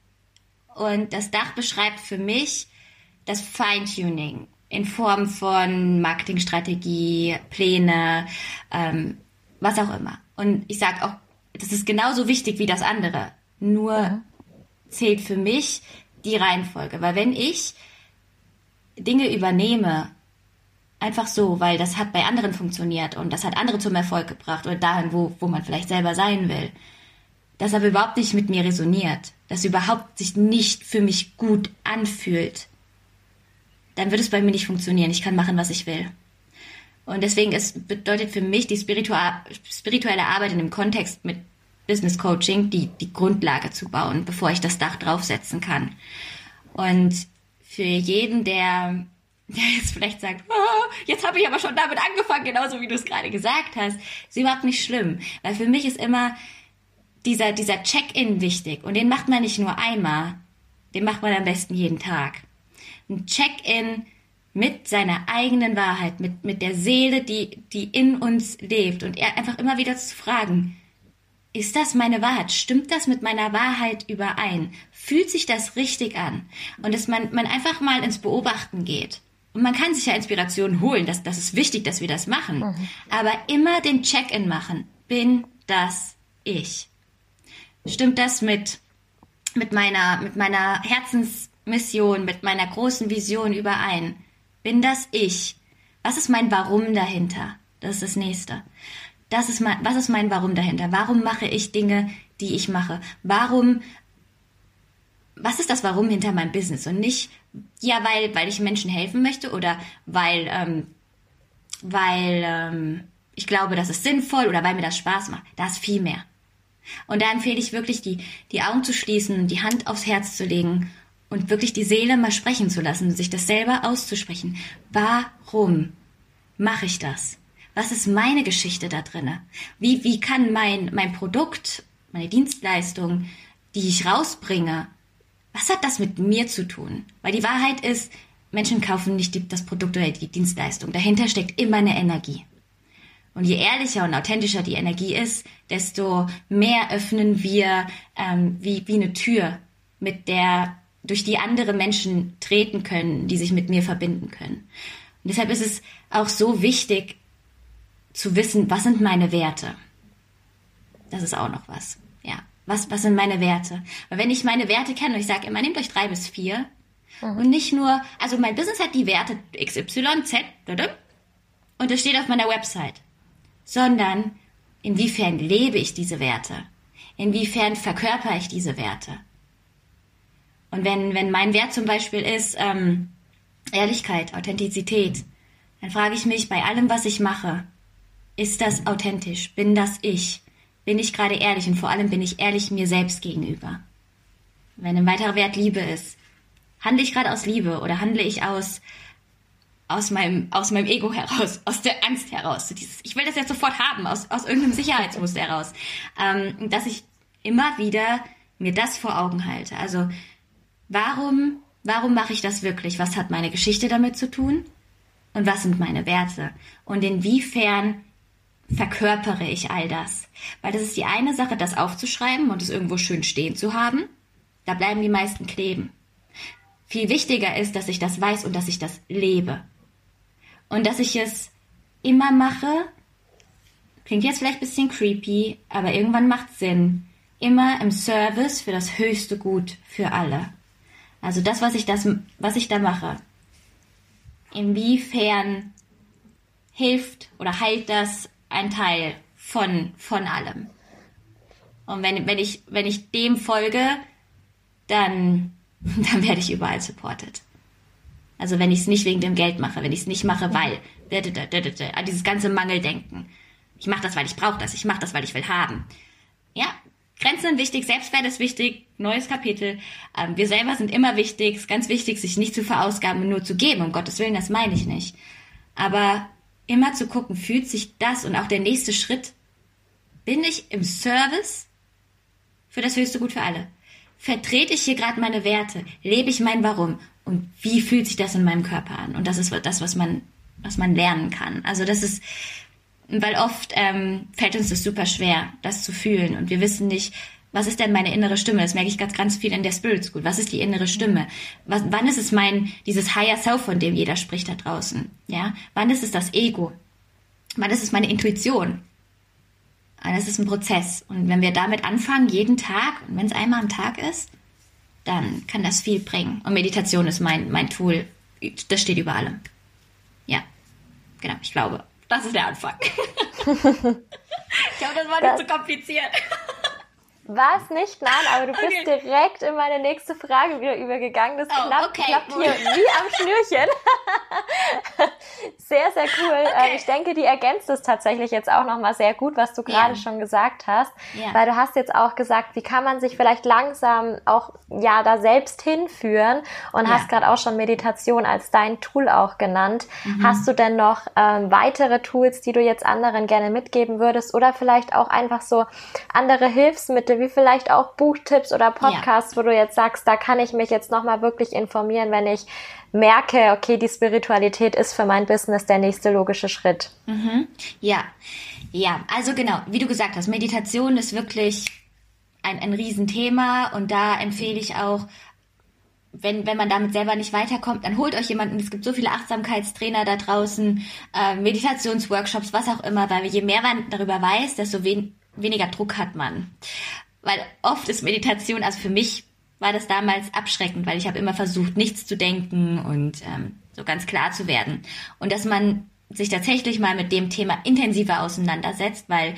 Und das Dach beschreibt für mich das Feintuning in Form von Marketingstrategie, Pläne, was auch immer. Und ich sage auch, das ist genauso wichtig wie das andere. Nur zählt für mich die Reihenfolge. Weil wenn ich Dinge übernehme, einfach so, weil das hat bei anderen funktioniert und das hat andere zum Erfolg gebracht oder dahin, wo man vielleicht selber sein will, das aber überhaupt nicht mit mir resoniert, das überhaupt sich nicht für mich gut anfühlt, dann wird es bei mir nicht funktionieren. Ich kann machen, was ich will. Und deswegen bedeutet für mich die spirituelle Arbeit in dem Kontext mit Business Coaching, die Grundlage zu bauen, bevor ich das Dach draufsetzen kann. Und für jeden, der jetzt vielleicht sagt, oh, jetzt habe ich aber schon damit angefangen, genauso wie du es gerade gesagt hast, ist überhaupt nicht schlimm. Weil für mich ist immer dieser Check-in wichtig. Und den macht man nicht nur einmal, den macht man am besten jeden Tag. ein Check-in mit seiner eigenen Wahrheit, mit der Seele, die in uns lebt und einfach immer wieder zu fragen, ist das meine Wahrheit? Stimmt das mit meiner Wahrheit überein? Fühlt sich das richtig an? Und dass man einfach mal ins Beobachten geht. Und man kann sich ja Inspiration holen, das ist wichtig, dass wir das machen. Mhm. Aber immer den Check-in machen. Bin das ich? Stimmt das mit meiner Herzensmission, mit meiner großen Vision überein? Bin das ich? Was ist mein Warum dahinter? Das ist das Nächste. Was ist mein Warum dahinter? Warum mache ich Dinge, die ich mache? Was ist das Warum hinter meinem Business? Und nicht, ja, weil ich Menschen helfen möchte oder weil ich glaube, das ist sinnvoll oder weil mir das Spaß macht. Da ist viel mehr. Und da empfehle ich wirklich, die Augen zu schließen, die Hand aufs Herz zu legen und wirklich die Seele mal sprechen zu lassen, sich das selber auszusprechen. Warum mache ich das? Was ist meine Geschichte da drinne? Wie kann mein Produkt, meine Dienstleistung, die ich rausbringe, was hat das mit mir zu tun? Weil die Wahrheit ist, Menschen kaufen nicht das Produkt oder die Dienstleistung. Dahinter steckt immer eine Energie. Und je ehrlicher und authentischer die Energie ist, desto mehr öffnen wir wie eine Tür, durch die andere Menschen treten können, die sich mit mir verbinden können. Und deshalb ist es auch so wichtig, zu wissen, was sind meine Werte? Das ist auch noch was. Ja, was sind meine Werte? Weil wenn ich meine Werte kenne und ich sage immer, nehmt euch 3 bis 4 und nicht nur, also mein Business hat die Werte XYZ und das steht auf meiner Website, sondern inwiefern lebe ich diese Werte? Inwiefern verkörper ich diese Werte? Und wenn mein Wert zum Beispiel ist Ehrlichkeit, Authentizität, dann frage ich mich bei allem, was ich mache, ist das authentisch? Bin das ich? Bin ich gerade ehrlich? Und vor allem bin ich ehrlich mir selbst gegenüber. Wenn ein weiterer Wert Liebe ist, handle ich gerade aus Liebe oder handle ich aus meinem Ego heraus, aus der Angst heraus? So ich will das jetzt sofort haben, aus irgendeinem Sicherheitsmuster heraus. Dass ich immer wieder mir das vor Augen halte. Also warum mache ich das wirklich? Was hat meine Geschichte damit zu tun? Und was sind meine Werte? Und inwiefern verkörpere ich all das? Weil das ist die eine Sache, das aufzuschreiben und es irgendwo schön stehen zu haben. Da bleiben die meisten kleben. Viel wichtiger ist, dass ich das weiß und dass ich das lebe. Und dass ich es immer mache, klingt jetzt vielleicht ein bisschen creepy, aber irgendwann macht es Sinn. Immer im Service für das höchste Gut für alle. Also das, was ich da mache, inwiefern hilft oder heilt das ein Teil von allem. Und wenn ich dem folge, dann werde ich überall supported. Also wenn ich es nicht wegen dem Geld mache, wenn ich es nicht mache, weil dieses ganze Mangeldenken. Ich mache das, weil ich brauche das. Ich mache das, weil ich will haben. Ja, Grenzen sind wichtig, Selbstwert ist wichtig, neues Kapitel. Wir selber sind immer wichtig. Es ist ganz wichtig, sich nicht zu verausgaben und nur zu geben. Um Gottes Willen, das meine ich nicht. Aber immer zu gucken, fühlt sich das und auch der nächste Schritt, bin ich im Service für das höchste Gut für alle? Vertrete ich hier gerade meine Werte? Lebe ich mein Warum? Und wie fühlt sich das in meinem Körper an? Und das ist das, was man lernen kann. Also das ist, weil oft fällt uns das super schwer, das zu fühlen. Und wir wissen nicht, was ist denn meine innere Stimme? Das merke ich ganz viel in der Spirit School. Was ist die innere Stimme? Wann ist es dieses Higher Self, von dem jeder spricht da draußen? Ja? Wann ist es das Ego? Wann ist es meine Intuition? Das ist ein Prozess. Und wenn wir damit anfangen, jeden Tag, und wenn es einmal am Tag ist, dann kann das viel bringen. Und Meditation ist mein Tool. Das steht über allem. Ja, genau, ich glaube, das ist der Anfang. Ich glaube, das war nicht zu kompliziert. War es nicht, nein, aber du bist direkt in meine nächste Frage wieder übergegangen. Das klappt hier wie am Schnürchen. Sehr, sehr cool. Okay. Ich denke, die ergänzt es tatsächlich jetzt auch nochmal sehr gut, was du gerade schon gesagt hast. Ja. Weil du hast jetzt auch gesagt, wie kann man sich vielleicht langsam auch da selbst hinführen und hast gerade auch schon Meditation als dein Tool auch genannt. Mhm. Hast du denn noch weitere Tools, die du jetzt anderen gerne mitgeben würdest oder vielleicht auch einfach so andere Hilfsmittel, wie vielleicht auch Buchtipps oder Podcasts, wo du jetzt sagst, da kann ich mich jetzt nochmal wirklich informieren, wenn ich merke, okay, die Spiritualität ist für mein Business der nächste logische Schritt. Ja, also genau, wie du gesagt hast, Meditation ist wirklich ein Riesenthema und da empfehle ich auch, wenn man damit selber nicht weiterkommt, dann holt euch jemanden. Es gibt so viele Achtsamkeitstrainer da draußen, Meditationsworkshops, was auch immer, weil je mehr man darüber weiß, desto weniger Druck hat man. Weil oft ist Meditation, also für mich war das damals abschreckend, weil ich habe immer versucht, nichts zu denken und so ganz klar zu werden. Und dass man sich tatsächlich mal mit dem Thema intensiver auseinandersetzt, weil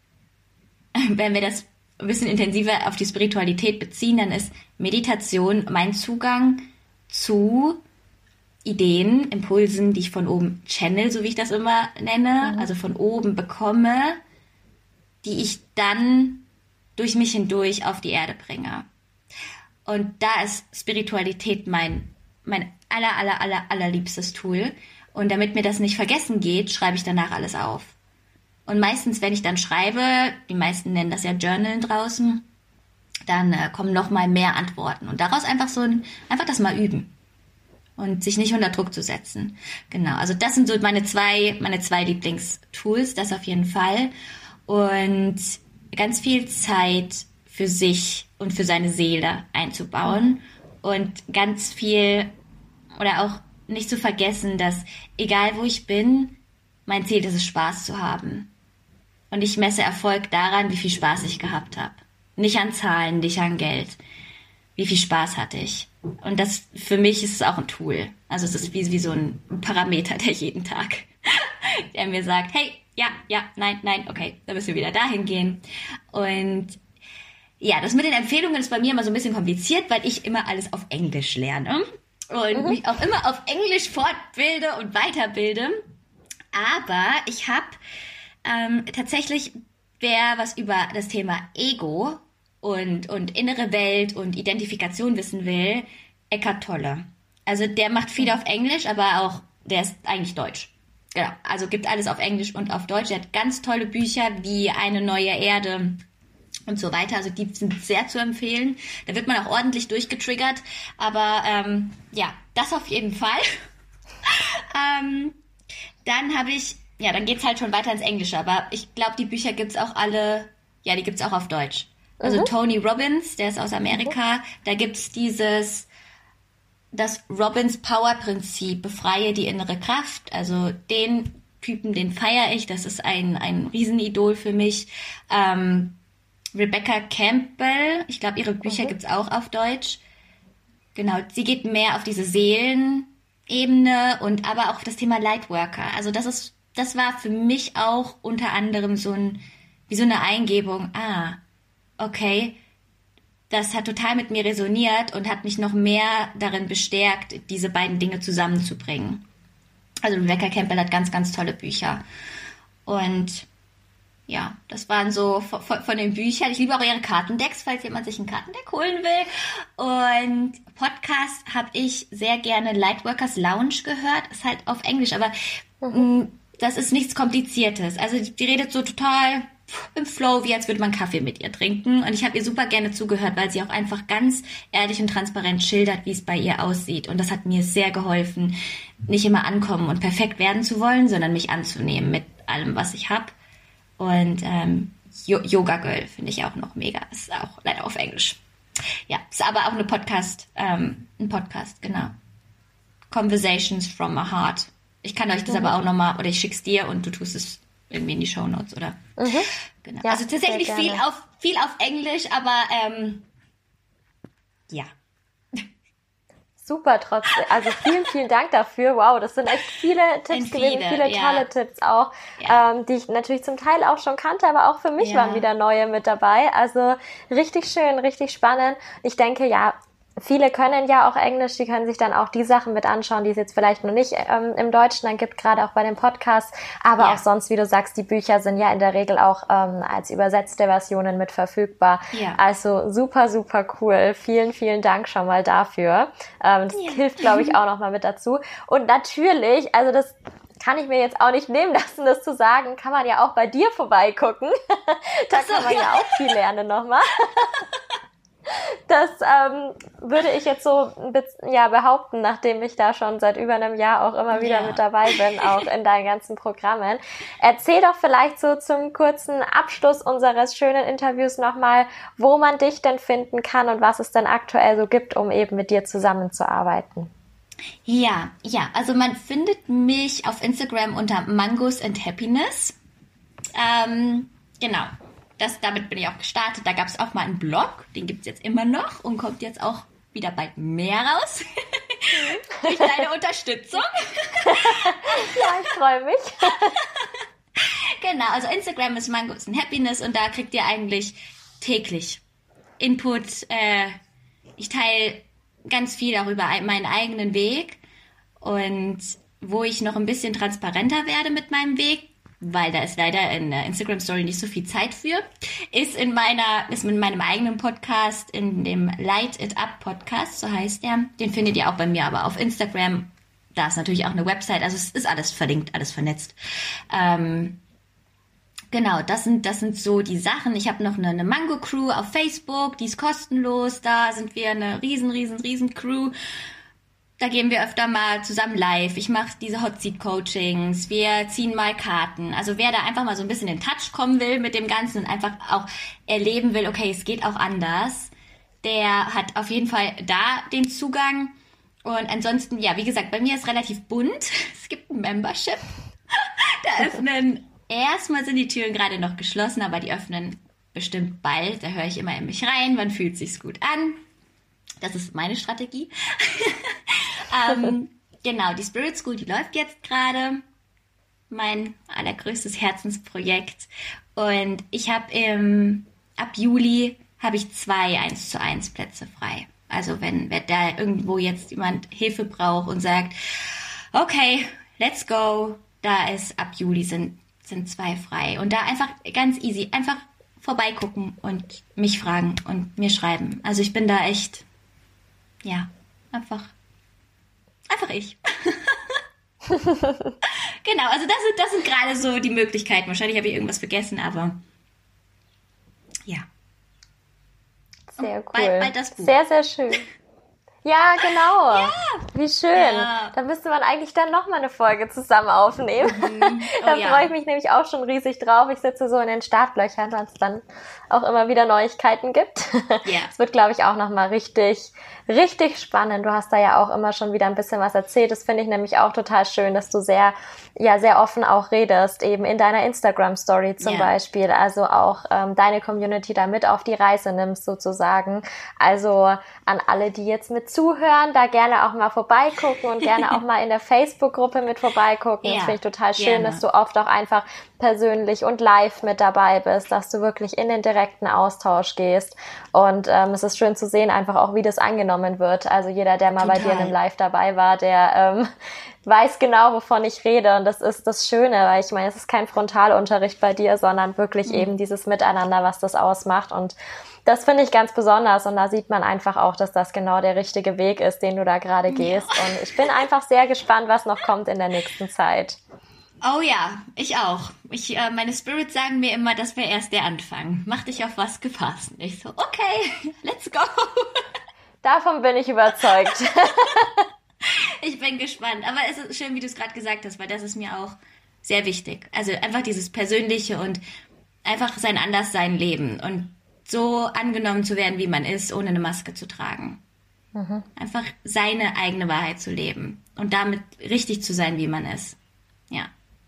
wenn wir das ein bisschen intensiver auf die Spiritualität beziehen, dann ist Meditation mein Zugang zu Ideen, Impulsen, die ich von oben channel, so wie ich das immer nenne, also von oben bekomme, die ich dann durch mich hindurch auf die Erde bringe. Und da ist Spiritualität mein allerliebstes Tool. Und damit mir das nicht vergessen geht, schreibe ich danach alles auf. Und meistens, wenn ich dann schreibe, die meisten nennen das ja Journalen draußen, dann kommen noch mal mehr Antworten. Und daraus einfach das mal üben. Und sich nicht unter Druck zu setzen. Genau, also das sind so meine zwei Lieblingstools, das auf jeden Fall. Und ganz viel Zeit für sich und für seine Seele einzubauen. Und ganz viel, oder auch nicht zu vergessen, dass egal wo ich bin, mein Ziel ist es, Spaß zu haben. Und ich messe Erfolg daran, wie viel Spaß ich gehabt habe. Nicht an Zahlen, nicht an Geld. Wie viel Spaß hatte ich? Und das, für mich ist es auch ein Tool. Also es ist wie so ein Parameter, der jeden Tag, der mir sagt, hey, ja, nein, okay, dann müssen wir wieder dahin gehen. Und ja, das mit den Empfehlungen ist bei mir immer so ein bisschen kompliziert, weil ich immer alles auf Englisch lerne und mich auch immer auf Englisch fortbilde und weiterbilde. Aber ich habe tatsächlich, wer was über das Thema Ego und innere Welt und Identifikation wissen will, Eckhart Tolle. Also der macht viel auf Englisch, aber auch, der ist eigentlich deutsch. Genau, also gibt alles auf Englisch und auf Deutsch. Er hat ganz tolle Bücher wie Eine neue Erde und so weiter. Also die sind sehr zu empfehlen. Da wird man auch ordentlich durchgetriggert. Aber ja, das auf jeden Fall. Dann habe ich, ja, dann geht's halt schon weiter ins Englische. Aber ich glaube, die Bücher gibt's auch alle, ja, die gibt's auch auf Deutsch. Also Tony Robbins, der ist aus Amerika, da gibt's das Robbins Power Prinzip, befreie die innere Kraft. Also den Typen, den feiere ich, das ist ein Riesenidol für mich. Rebecca Campbell, ich glaube, ihre Bücher gibt's auch auf Deutsch. Genau, sie geht mehr auf diese Seelenebene und aber auch auf das Thema Lightworker. Also das war für mich auch unter anderem wie so eine Eingebung. Okay, das hat total mit mir resoniert und hat mich noch mehr darin bestärkt, diese beiden Dinge zusammenzubringen. Also Rebecca Campbell hat ganz, ganz tolle Bücher. Und ja, das waren so von den Büchern. Ich liebe auch ihre Kartendecks, falls jemand sich ein Kartendeck holen will. Und Podcast habe ich sehr gerne Lightworkers Lounge gehört. Ist halt auf Englisch, aber das ist nichts Kompliziertes. Also die redet so total im Flow, wie als würde man Kaffee mit ihr trinken. Und ich habe ihr super gerne zugehört, weil sie auch einfach ganz ehrlich und transparent schildert, wie es bei ihr aussieht. Und das hat mir sehr geholfen, nicht immer ankommen und perfekt werden zu wollen, sondern mich anzunehmen mit allem, was ich habe. Und Yoga Girl finde ich auch noch mega. Ist auch leider auf Englisch. Ja, ist aber auch ein Podcast, genau. Conversations from my heart. Ich kann euch das aber auch nochmal, oder ich schick's dir und du tust es irgendwie in die Shownotes, oder? Genau. Ja, also tatsächlich viel auf Englisch, aber ja. Super, trotzdem. Also vielen Dank dafür. Wow, das sind echt viele Tipps gewesen, viele tolle Tipps auch, die ich natürlich zum Teil auch schon kannte, aber auch für mich waren wieder neue mit dabei. Also richtig schön, richtig spannend. Ich denke, ja, viele können ja auch Englisch, die können sich dann auch die Sachen mit anschauen, die es jetzt vielleicht noch nicht im Deutschen dann gibt, gerade auch bei dem Podcast. Aber auch sonst, wie du sagst, die Bücher sind ja in der Regel auch als übersetzte Versionen mit verfügbar. Ja. Also super, super cool. Vielen Dank schon mal dafür. Das hilft, glaube ich, auch nochmal mit dazu. Und natürlich, also das kann ich mir jetzt auch nicht nehmen lassen, das zu sagen, kann man ja auch bei dir vorbeigucken. Da kann man ja auch viel lernen nochmal. Das würde ich jetzt so ja behaupten, nachdem ich da schon seit über einem Jahr auch immer wieder mit dabei bin, auch in deinen ganzen Programmen. Erzähl doch vielleicht so zum kurzen Abschluss unseres schönen Interviews nochmal, wo man dich denn finden kann und was es denn aktuell so gibt, um eben mit dir zusammenzuarbeiten. Ja, also man findet mich auf Instagram unter Mangos and Happiness. Genau. Damit bin ich auch gestartet. Da gab es auch mal einen Blog, den gibt es jetzt immer noch und kommt jetzt auch wieder bald mehr raus. Durch deine Unterstützung. Ja, ich freue mich. Genau, also Instagram ist Mangos and Happiness und da kriegt ihr eigentlich täglich Input. Ich teile ganz viel darüber meinen eigenen Weg und wo ich noch ein bisschen transparenter werde mit meinem Weg, weil da ist leider in der Instagram-Story nicht so viel Zeit für, ist mit meinem eigenen Podcast, in dem Light It Up Podcast, so heißt der. Den findet ihr auch bei mir, aber auf Instagram. Da ist natürlich auch eine Website, also es ist alles verlinkt, alles vernetzt. Genau, das sind so die Sachen. Ich habe noch eine Mango-Crew auf Facebook, die ist kostenlos. Da sind wir eine riesen Crew. Da gehen wir öfter mal zusammen live. Ich mache diese Hot Seat Coachings. Wir ziehen mal Karten. Also wer da einfach mal so ein bisschen in Touch kommen will mit dem Ganzen und einfach auch erleben will, okay, es geht auch anders, der hat auf jeden Fall da den Zugang. Und ansonsten, ja, wie gesagt, bei mir ist relativ bunt. Es gibt ein Membership. Erstmal sind die Türen gerade noch geschlossen, aber die öffnen bestimmt bald. Da höre ich immer in mich rein. Wann fühlt sich's gut an? Das ist meine Strategie. Genau, die Spirit School, die läuft jetzt gerade. Mein allergrößtes Herzensprojekt. Und ich habe ab Juli habe ich 2 1:1 Plätze frei. Also wenn da irgendwo jetzt jemand Hilfe braucht und sagt, okay, let's go, da ist ab Juli sind 2 frei. Und da einfach ganz easy, einfach vorbeigucken und mich fragen und mir schreiben. Also ich bin da echt, ja, einfach ich. Genau, also das sind gerade so die Möglichkeiten. Wahrscheinlich habe ich irgendwas vergessen, aber ja. Sehr cool. Bald das Buch. Sehr, sehr schön. Ja, genau. Ja. Wie schön. Ja. Da müsste man eigentlich dann nochmal eine Folge zusammen aufnehmen. Da freue ich mich nämlich auch schon riesig drauf. Ich sitze so in den Startlöchern, weil es dann auch immer wieder Neuigkeiten gibt. Ja. Es wird, glaube ich, auch nochmal richtig spannend. Du hast da ja auch immer schon wieder ein bisschen was erzählt. Das finde ich nämlich auch total schön, dass du sehr offen auch redest, eben in deiner Instagram-Story zum Beispiel. Also auch deine Community da mit auf die Reise nimmst sozusagen. Also an alle, die jetzt mit zuhören, da gerne auch mal vorbeigucken und gerne auch mal in der Facebook-Gruppe mit vorbeigucken. Das finde ich total schön, dass du oft auch einfach persönlich und live mit dabei bist, dass du wirklich in den direkten Austausch gehst. Und es ist schön zu sehen, einfach auch, wie das angenommen wird. Also jeder, der mal bei dir in einem Live dabei war, der weiß genau, wovon ich rede. Und das ist das Schöne, weil ich meine, es ist kein Frontalunterricht bei dir, sondern wirklich eben dieses Miteinander, was das ausmacht. Und das finde ich ganz besonders. Und da sieht man einfach auch, dass das genau der richtige Weg ist, den du da gerade gehst. Ja. Und ich bin einfach sehr gespannt, was noch kommt in der nächsten Zeit. Oh ja, ich auch. Meine Spirits sagen mir immer, das wäre erst der Anfang. Mach dich auf was gefasst. Und ich so, okay, let's go. Davon bin ich überzeugt. Ich bin gespannt. Aber es ist schön, wie du es gerade gesagt hast, weil das ist mir auch sehr wichtig. Also einfach dieses Persönliche und einfach sein Anderssein leben und so angenommen zu werden, wie man ist, ohne eine Maske zu tragen. Mhm. Einfach seine eigene Wahrheit zu leben und damit richtig zu sein, wie man ist. Ja.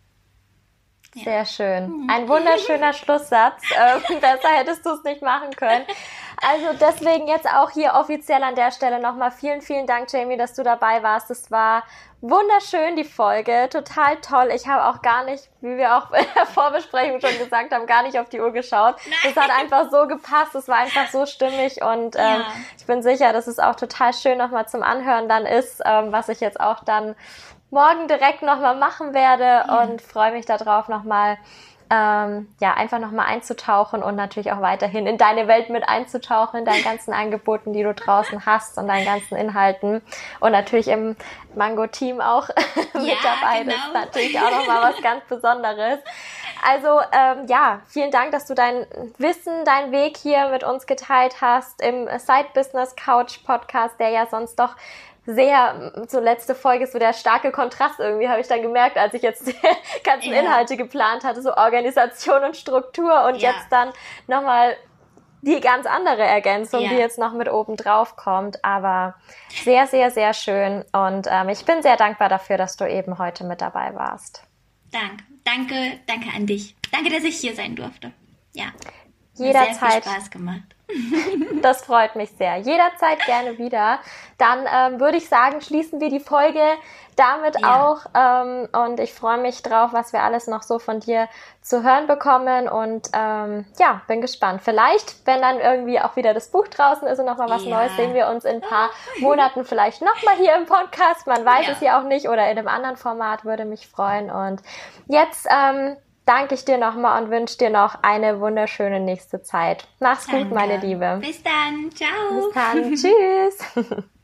Sehr schön. Ein wunderschöner Schlusssatz. Besser hättest du es nicht machen können. Also deswegen jetzt auch hier offiziell an der Stelle nochmal vielen, vielen Dank, Jamie, dass du dabei warst. Es war wunderschön, die Folge. Total toll. Ich habe auch gar nicht, wie wir auch in der Vorbesprechung schon gesagt haben, gar nicht auf die Uhr geschaut. Es hat einfach so gepasst. Es war einfach so stimmig und ich bin sicher, dass es auch total schön nochmal zum Anhören dann ist, was ich jetzt auch dann morgen direkt nochmal machen werde und freue mich darauf nochmal, einfach nochmal einzutauchen und natürlich auch weiterhin in deine Welt mit einzutauchen, in deinen ganzen Angeboten, die du draußen hast und deinen ganzen Inhalten und natürlich im Mango-Team auch mit dabei. Genau. Das ist natürlich auch nochmal was ganz Besonderes. Also vielen Dank, dass du dein Wissen, deinen Weg hier mit uns geteilt hast im Side Business Couch Podcast, der ja sonst doch sehr, so letzte Folge ist so der starke Kontrast irgendwie, habe ich dann gemerkt, als ich jetzt die ganzen Inhalte geplant hatte, so Organisation und Struktur und jetzt dann nochmal die ganz andere Ergänzung, die jetzt noch mit oben drauf kommt, aber sehr, sehr, sehr schön und ich bin sehr dankbar dafür, dass du eben heute mit dabei warst. Danke an dich. Danke, dass ich hier sein durfte. Ja, jederzeit. Sehr viel Spaß gemacht. Das freut mich sehr. Jederzeit gerne wieder. Dann würde ich sagen, schließen wir die Folge damit auch. Und ich freue mich drauf, was wir alles noch so von dir zu hören bekommen. Und bin gespannt. Vielleicht, wenn dann irgendwie auch wieder das Buch draußen ist und nochmal was Neues, sehen wir uns in ein paar Monaten vielleicht nochmal hier im Podcast. Man weiß es ja auch nicht. Oder in einem anderen Format, würde mich freuen. Und jetzt danke ich dir nochmal und wünsche dir noch eine wunderschöne nächste Zeit. Mach's gut, meine Liebe. Bis dann. Ciao. Bis dann. Tschüss.